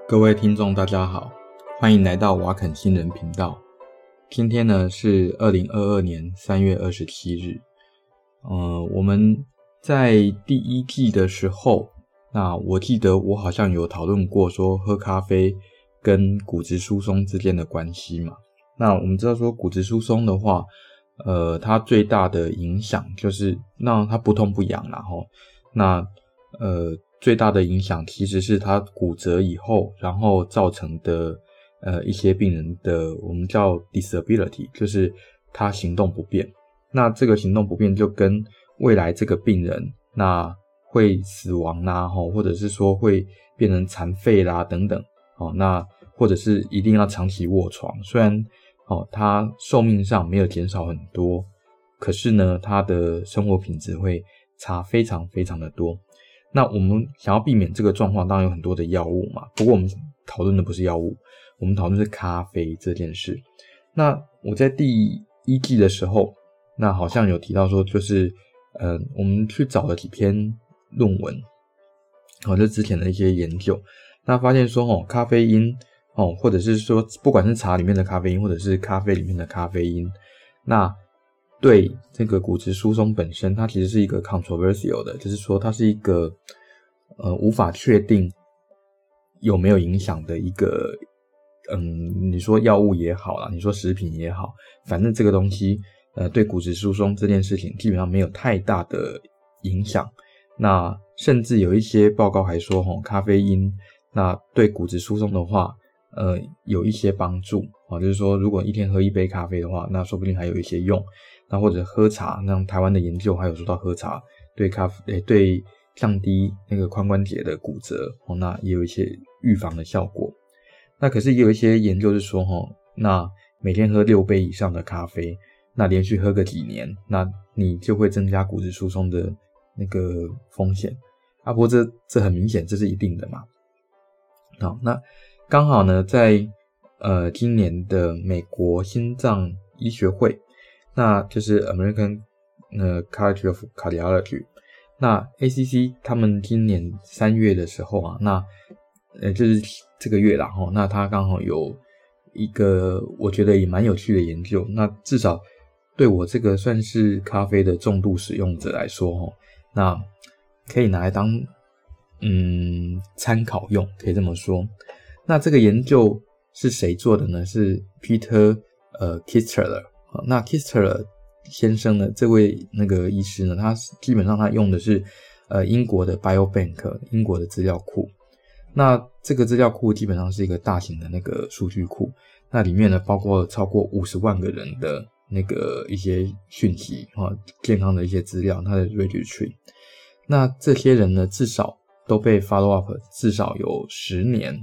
各位听众大家好，欢迎来到瓦肯新人频道。今天呢是2022年3月27日。我们在第一季的时候，那我记得我好像有讨论过说喝咖啡跟骨质疏松之间的关系嘛。那我们知道说骨质疏松的话，它最大的影响就是让它不痛不痒啦齁。那最大的影响其实是它骨折以后，然后造成的一些病人的我们叫 disability， 就是他行动不便。那这个行动不便就跟未来这个病人那会死亡啦或者是说会变成残废啦等等那或者是一定要长期卧床，虽然他寿命上没有减少很多，可是呢他的生活品质会差非常非常的多。那我们想要避免这个状况，当然有很多的药物嘛，不过我们讨论的不是药物，我们讨论的是咖啡这件事。那我在第一季的时候，那好像有提到说就是我们去找了几篇论文就之前的一些研究，那发现说咖啡因或者是说不管是茶里面的咖啡因或者是咖啡里面的咖啡因，那对这个骨质疏松本身它其实是一个 controversial 的，就是说它是一个无法确定有没有影响的一个你说药物也好啦，你说食品也好，反正这个东西对骨质疏松这件事情基本上没有太大的影响。那甚至有一些报告还说咖啡因那对骨质疏松的话有一些帮助就是说如果一天喝一杯咖啡的话，那说不定还有一些用。那或者喝茶，那台湾的研究还有说到喝茶对对降低那个髋关节的骨折那也有一些预防的效果。那可是也有一些研究是说那每天喝6杯以上的咖啡，那连续喝个几年，那你就会增加骨质疏松的那个风险不过这很明显这是一定的嘛。好，那刚好呢在今年的美国心脏医学会，那就是 American College of Cardiology， 那 ACC 他们今年3月的时候那就是这个月啦那他刚好有一个我觉得也蛮有趣的研究，那至少对我这个算是咖啡的重度使用者来说那可以拿来当参考用，可以这么说。那这个研究是谁做的呢？是 Peter Kisteler。那 Kisteler 先生呢，这位那个医师呢，他基本上他用的是英国的 Biobank， 英国的资料库。那这个资料库基本上是一个大型的那个数据库，那里面呢包括超过50万个人的那个一些讯息健康的一些资料，他的 registry。那这些人呢至少都被 follow up 至少有10年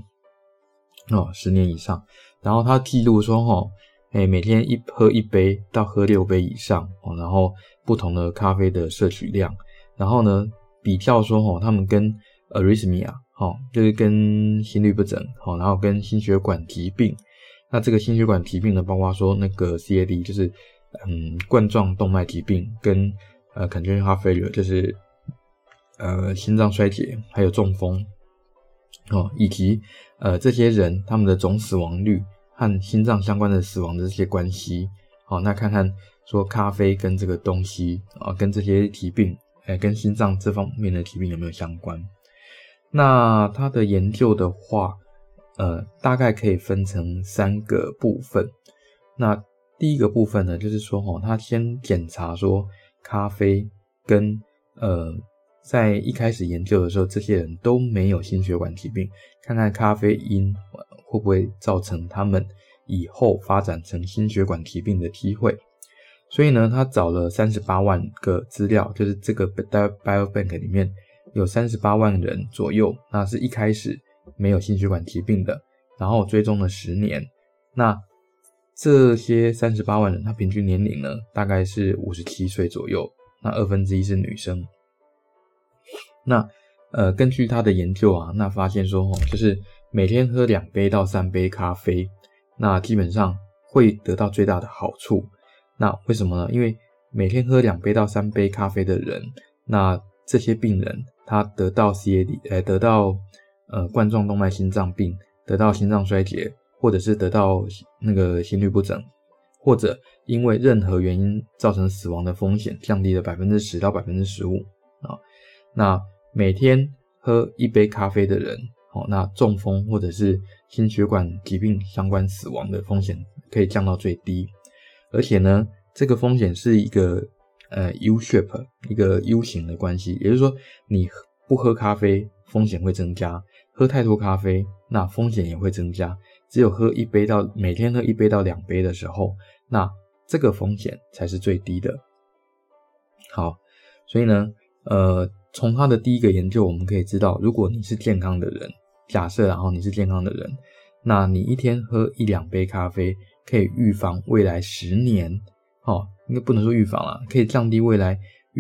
10年以上，然后他记录说每天喝1杯到喝6杯以上然后不同的咖啡的摄取量，然后呢比较说他们跟 arrhythmia 就是跟心律不整然后跟心血管疾病。那这个心血管疾病呢包括说那个 CAD 就是冠状动脉疾病跟congenital heart failure 就是心脏衰竭还有中风以及这些人他们的总死亡率和心脏相关的死亡的这些关系那看看说咖啡跟这个东西跟这些疾病跟心脏这方面的疾病有没有相关。那他的研究的话大概可以分成3个部分。那第一个部分呢就是说他先检查说咖啡跟在一开始研究的时候这些人都没有心血管疾病，看看咖啡因会不会造成他们以后发展成心血管疾病的机会。所以呢他找了38万个资料，就是这个 Biobank 里面有38万人左右，那是一开始没有心血管疾病的，然后追踪了10年。那这些38万人他平均年龄呢大概是57岁左右，那1/2是女生。那根据他的研究那发现说就是每天喝2杯到3杯咖啡，那基本上会得到最大的好处。那为什么呢？因为每天喝2杯到3杯咖啡的人，那这些病人他得到 CAD 得到冠状动脉心脏病得到心脏衰竭，或者是得到那个心律不整，或者因为任何原因造成死亡的风险降低了 10% 到 15%。那每天喝一杯咖啡的人，那中风或者是心血管疾病相关死亡的风险可以降到最低。而且呢，这个风险是一个U-shape 一个 U 型的关系，也就是说你不喝咖啡风险会增加，喝太多咖啡那风险也会增加，只有每天喝1杯到2杯的时候，那这个风险才是最低的。好，所以呢从他的第一个研究我们可以知道，如果你是健康的人，假设然后你是健康的人，那你一天喝1-2杯咖啡可以预防未来10年应该不能说预防啦，可以降低未来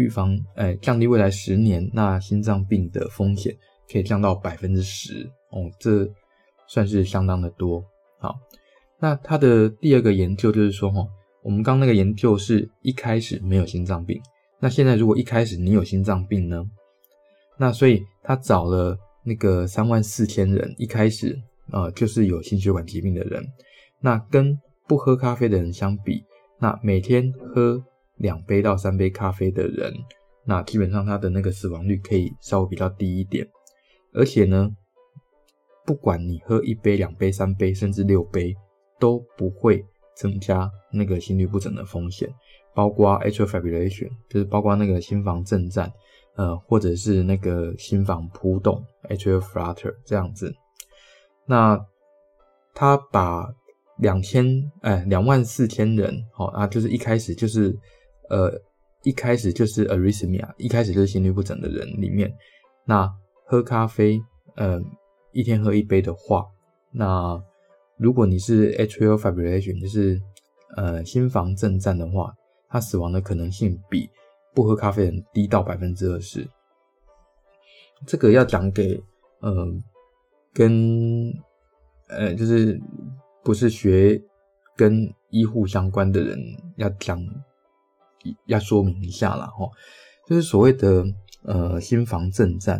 10年那心脏病的风险可以降到 10%， 这算是相当的多。好，那他的第二个研究就是说我们刚那个研究是一开始没有心脏病，那现在如果一开始你有心脏病呢，那所以他找了那个34000人，一开始就是有心血管疾病的人，那跟不喝咖啡的人相比，那每天喝2杯到3杯咖啡的人，那基本上他的那个死亡率可以稍微比较低一点。而且呢，不管你喝1杯、2杯、3杯甚至6杯都不会增加那个心律不整的风险，包括 atrial fibrillation 就是包括那个心房震颤或者是那个心房扑动 atrial flutter 这样子。那他把24000人就是一开始就是 arrhythmia 一开始就是心律不整的人里面，那喝咖啡一天喝1杯的话，那如果你是 atrial fibrillation 就是心房震颤的话，他死亡的可能性比不喝咖啡的人低到 20%。 这个要讲给就是不是学跟医护相关的人要说明一下啦就是所谓的心房震颤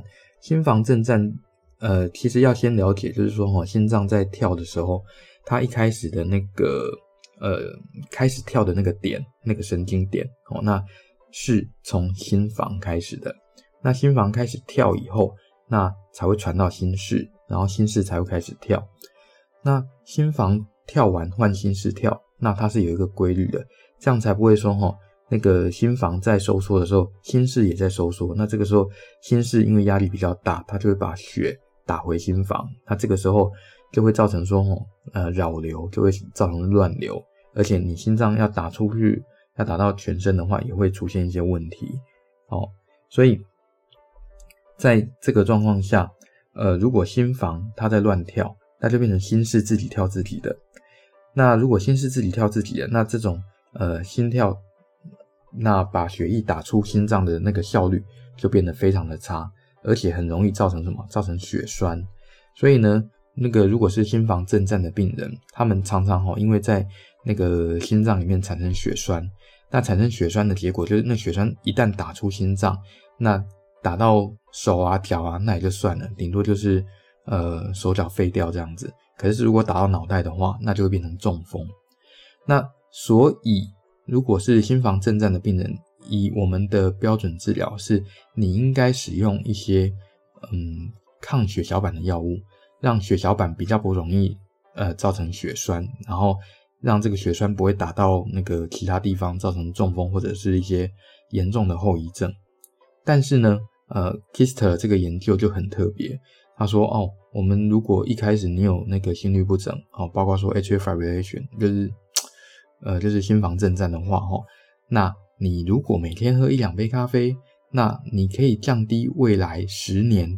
其实要先了解，就是说心脏在跳的时候，它一开始的那个开始跳的那个点，那个神经点那是从心房开始的。那心房开始跳以后，那才会传到心室，然后心室才会开始跳。那心房跳完换心室跳，那它是有一个规律的，这样才不会说那个心房在收缩的时候心室也在收缩，那这个时候心室因为压力比较大，它就会把血打回心房，那这个时候就会造成说扰流，就会造成乱流，而且你心脏要打出去要打到全身的话也会出现一些问题所以在这个状况下如果心房它在乱跳，那就变成心室自己跳自己的。那如果心室自己跳自己的，那这种心跳那把血液打出心脏的那个效率就变得非常的差，而且很容易造成什么？造成血栓。所以呢，那个如果是心房震颤的病人，他们常常因为在那个心脏里面产生血栓，那产生血栓的结果就是那血栓一旦打出心脏，那打到手啊脚啊那也就算了，顶多就是手脚废掉这样子。可是如果打到脑袋的话，那就会变成中风。那所以如果是心房震颤的病人，以我们的标准治疗是你应该使用一些抗血小板的药物，让血小板比较不容易造成血栓，然后让这个血栓不会打到那个其他地方造成中风或者是一些严重的后遗症。但是呢Kister 这个研究就很特别，他说我们如果一开始你有那个心律不整包括说 atrial fibrillation 就是心房震颤的话那你如果每天喝1-2杯咖啡，那你可以降低未来10年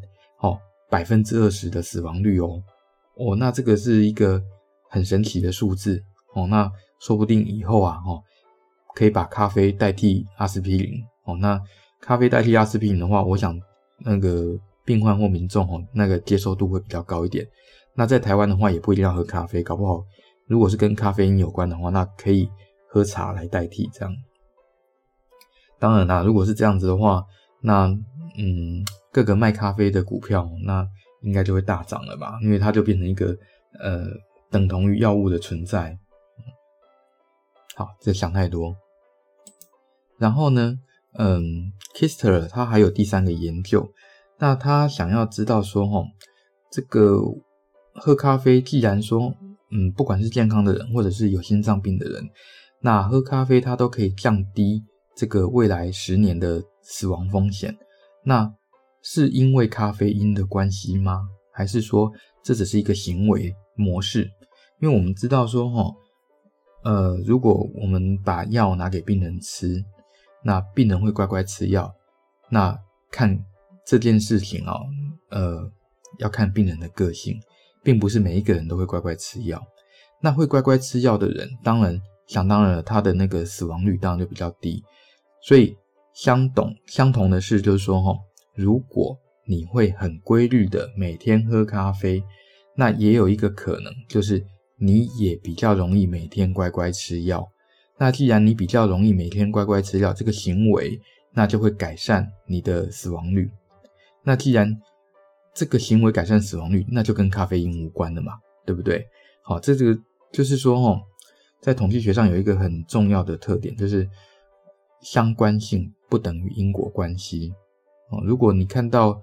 20%的死亡率那这个是一个很神奇的数字那说不定以后可以把咖啡代替阿司匹林那咖啡代替阿司匹林的话，我想那个病患或民众那个接受度会比较高一点。那在台湾的话也不一定要喝咖啡，搞不好如果是跟咖啡因有关的话，那可以喝茶来代替这样。当然啦，如果是这样子的话，那各个卖咖啡的股票那应该就会大涨了吧，因为它就变成一个等同于药物的存在。好，这想太多。然后呢Kistler 他还有第三个研究，那他想要知道说这个喝咖啡既然说不管是健康的人或者是有心脏病的人，那喝咖啡它都可以降低这个未来10年的死亡风险，那是因为咖啡因的关系吗？还是说这只是一个行为模式？因为我们知道说如果我们把药拿给病人吃，那病人会乖乖吃药，那看这件事情要看病人的个性，并不是每一个人都会乖乖吃药。那会乖乖吃药的人，当然想当然了，他的那个死亡率当然就比较低。所以相同的是就是说如果你会很规律的每天喝咖啡，那也有一个可能就是你也比较容易每天乖乖吃药。那既然你比较容易每天乖乖吃药这个行为，那就会改善你的死亡率。那既然这个行为改善死亡率，那就跟咖啡因无关了嘛，对不对？好，这个就是说在统计学上有一个很重要的特点，就是相关性不等于因果关系。如果你看到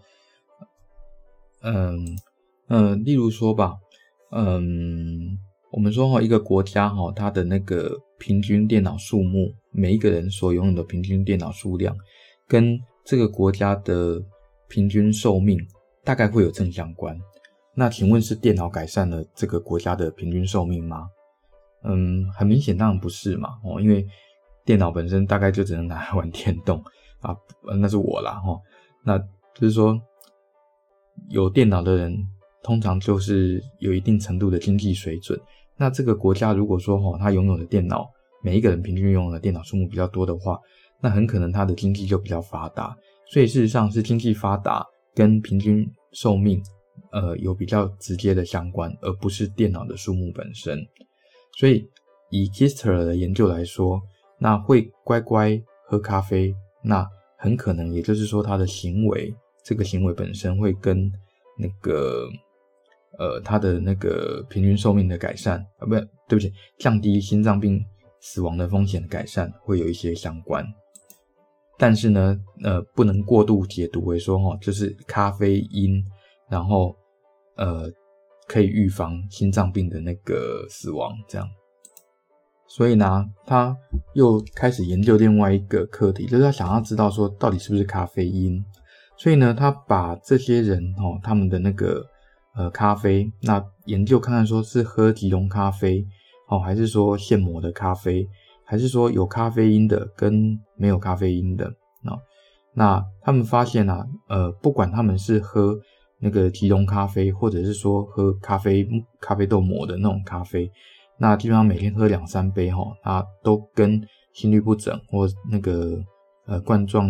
例如说吧我们说一个国家它的那个平均电脑数目，每一个人所拥有的平均电脑数量跟这个国家的平均寿命大概会有正相关。那请问是电脑改善了这个国家的平均寿命吗？很明显当然不是嘛因为电脑本身大概就只能拿来玩电动那是我啦那就是说有电脑的人通常就是有一定程度的经济水准。那这个国家如果说他拥有的电脑，每一个人平均拥有的电脑数目比较多的话，那很可能他的经济就比较发达。所以事实上是经济发达跟平均寿命有比较直接的相关，而不是电脑的数目本身。所以以 Kistler 的研究来说，那会乖乖喝咖啡，那很可能也就是说他的行为，这个行为本身会跟那个他的那个平均寿命的改善对不起，降低心脏病死亡的风险的改善会有一些相关。但是呢不能过度解读为说就是咖啡因然后可以预防心脏病的那个死亡这样。所以呢他又开始研究另外一个课题，就是他想要知道说到底是不是咖啡因。所以呢他把这些人他们的那个咖啡，那研究看看说是喝即溶咖啡还是说现磨的咖啡，还是说有咖啡因的跟没有咖啡因的那他们发现不管他们是喝那个即溶咖啡，或者是说喝咖啡豆磨的那种咖啡，那基本上每天喝2-3杯它都跟心律不整或那个冠状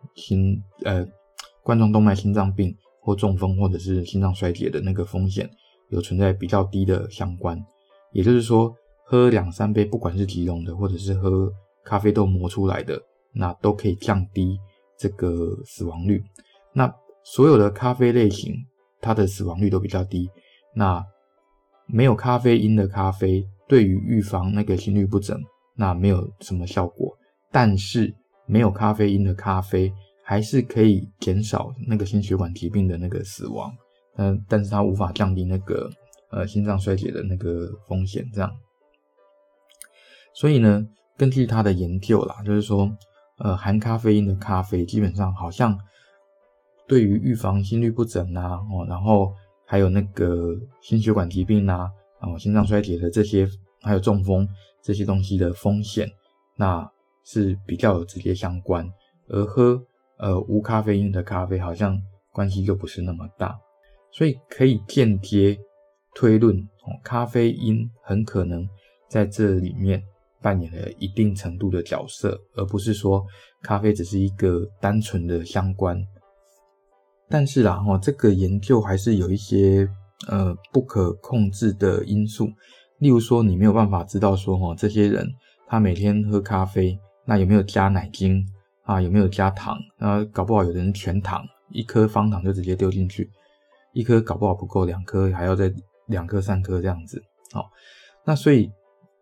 动脉心脏病或中风或者是心脏衰竭的那个风险有存在比较低的相关。也就是说喝2-3杯不管是即溶的或者是喝咖啡豆磨出来的，那都可以降低这个死亡率。那所有的咖啡类型它的死亡率都比较低，那没有咖啡因的咖啡对于预防那个心律不整那没有什么效果，但是没有咖啡因的咖啡还是可以减少那个心血管疾病的那个死亡，但是它无法降低那个心脏衰竭的那个风险这样。所以呢根据他的研究啦，就是说含咖啡因的咖啡基本上好像对于预防心律不整然后还有那个心血管疾病心脏衰竭的这些还有中风这些东西的风险那是比较有直接相关，而喝无咖啡因的咖啡好像关系就不是那么大。所以可以间接推论咖啡因很可能在这里面扮演了一定程度的角色，而不是说咖啡只是一个单纯的相关。但是啦这个研究还是有一些不可控制的因素，例如说你没有办法知道说这些人他每天喝咖啡那有没有加奶精有没有加糖，搞不好有的人全糖，一颗方糖就直接丢进去，一颗搞不好不够，2颗还要再 2颗3颗这样子。好，那所以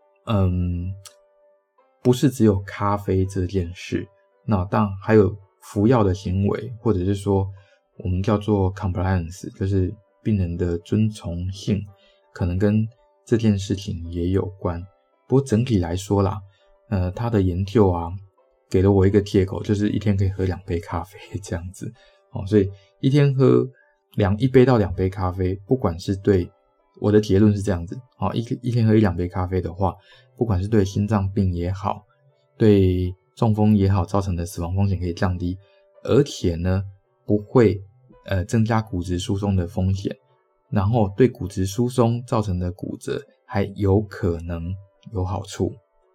不是只有咖啡这件事，那当然还有服药的行为，或者是说我们叫做 compliance， 就是病人的遵从性可能跟这件事情也有关。不过整体来说啦，他的研究啊给了我一个借口，就是一天可以喝2杯咖啡这样子。所以一天喝1杯到2杯咖啡，不管是对我的结论是这样子，一天喝1-2杯咖啡的话，不管是对心脏病也好，对中风也好造成的死亡风险可以降低，而且呢不会增加骨质疏松的风险，然后对骨质疏松造成的骨折还有可能有好处。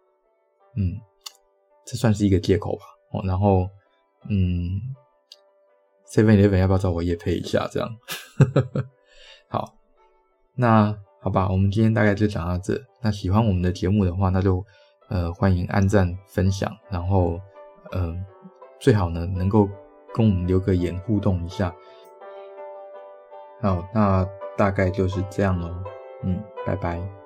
这算是一个借口吧。然后7-Eleven 要不要找我业配一下这样好，那好吧，我们今天大概就讲到这。那喜欢我们的节目的话，那就欢迎按赞分享，然后最好呢能够跟我们留个言互动一下。好，那大概就是这样咯。拜拜。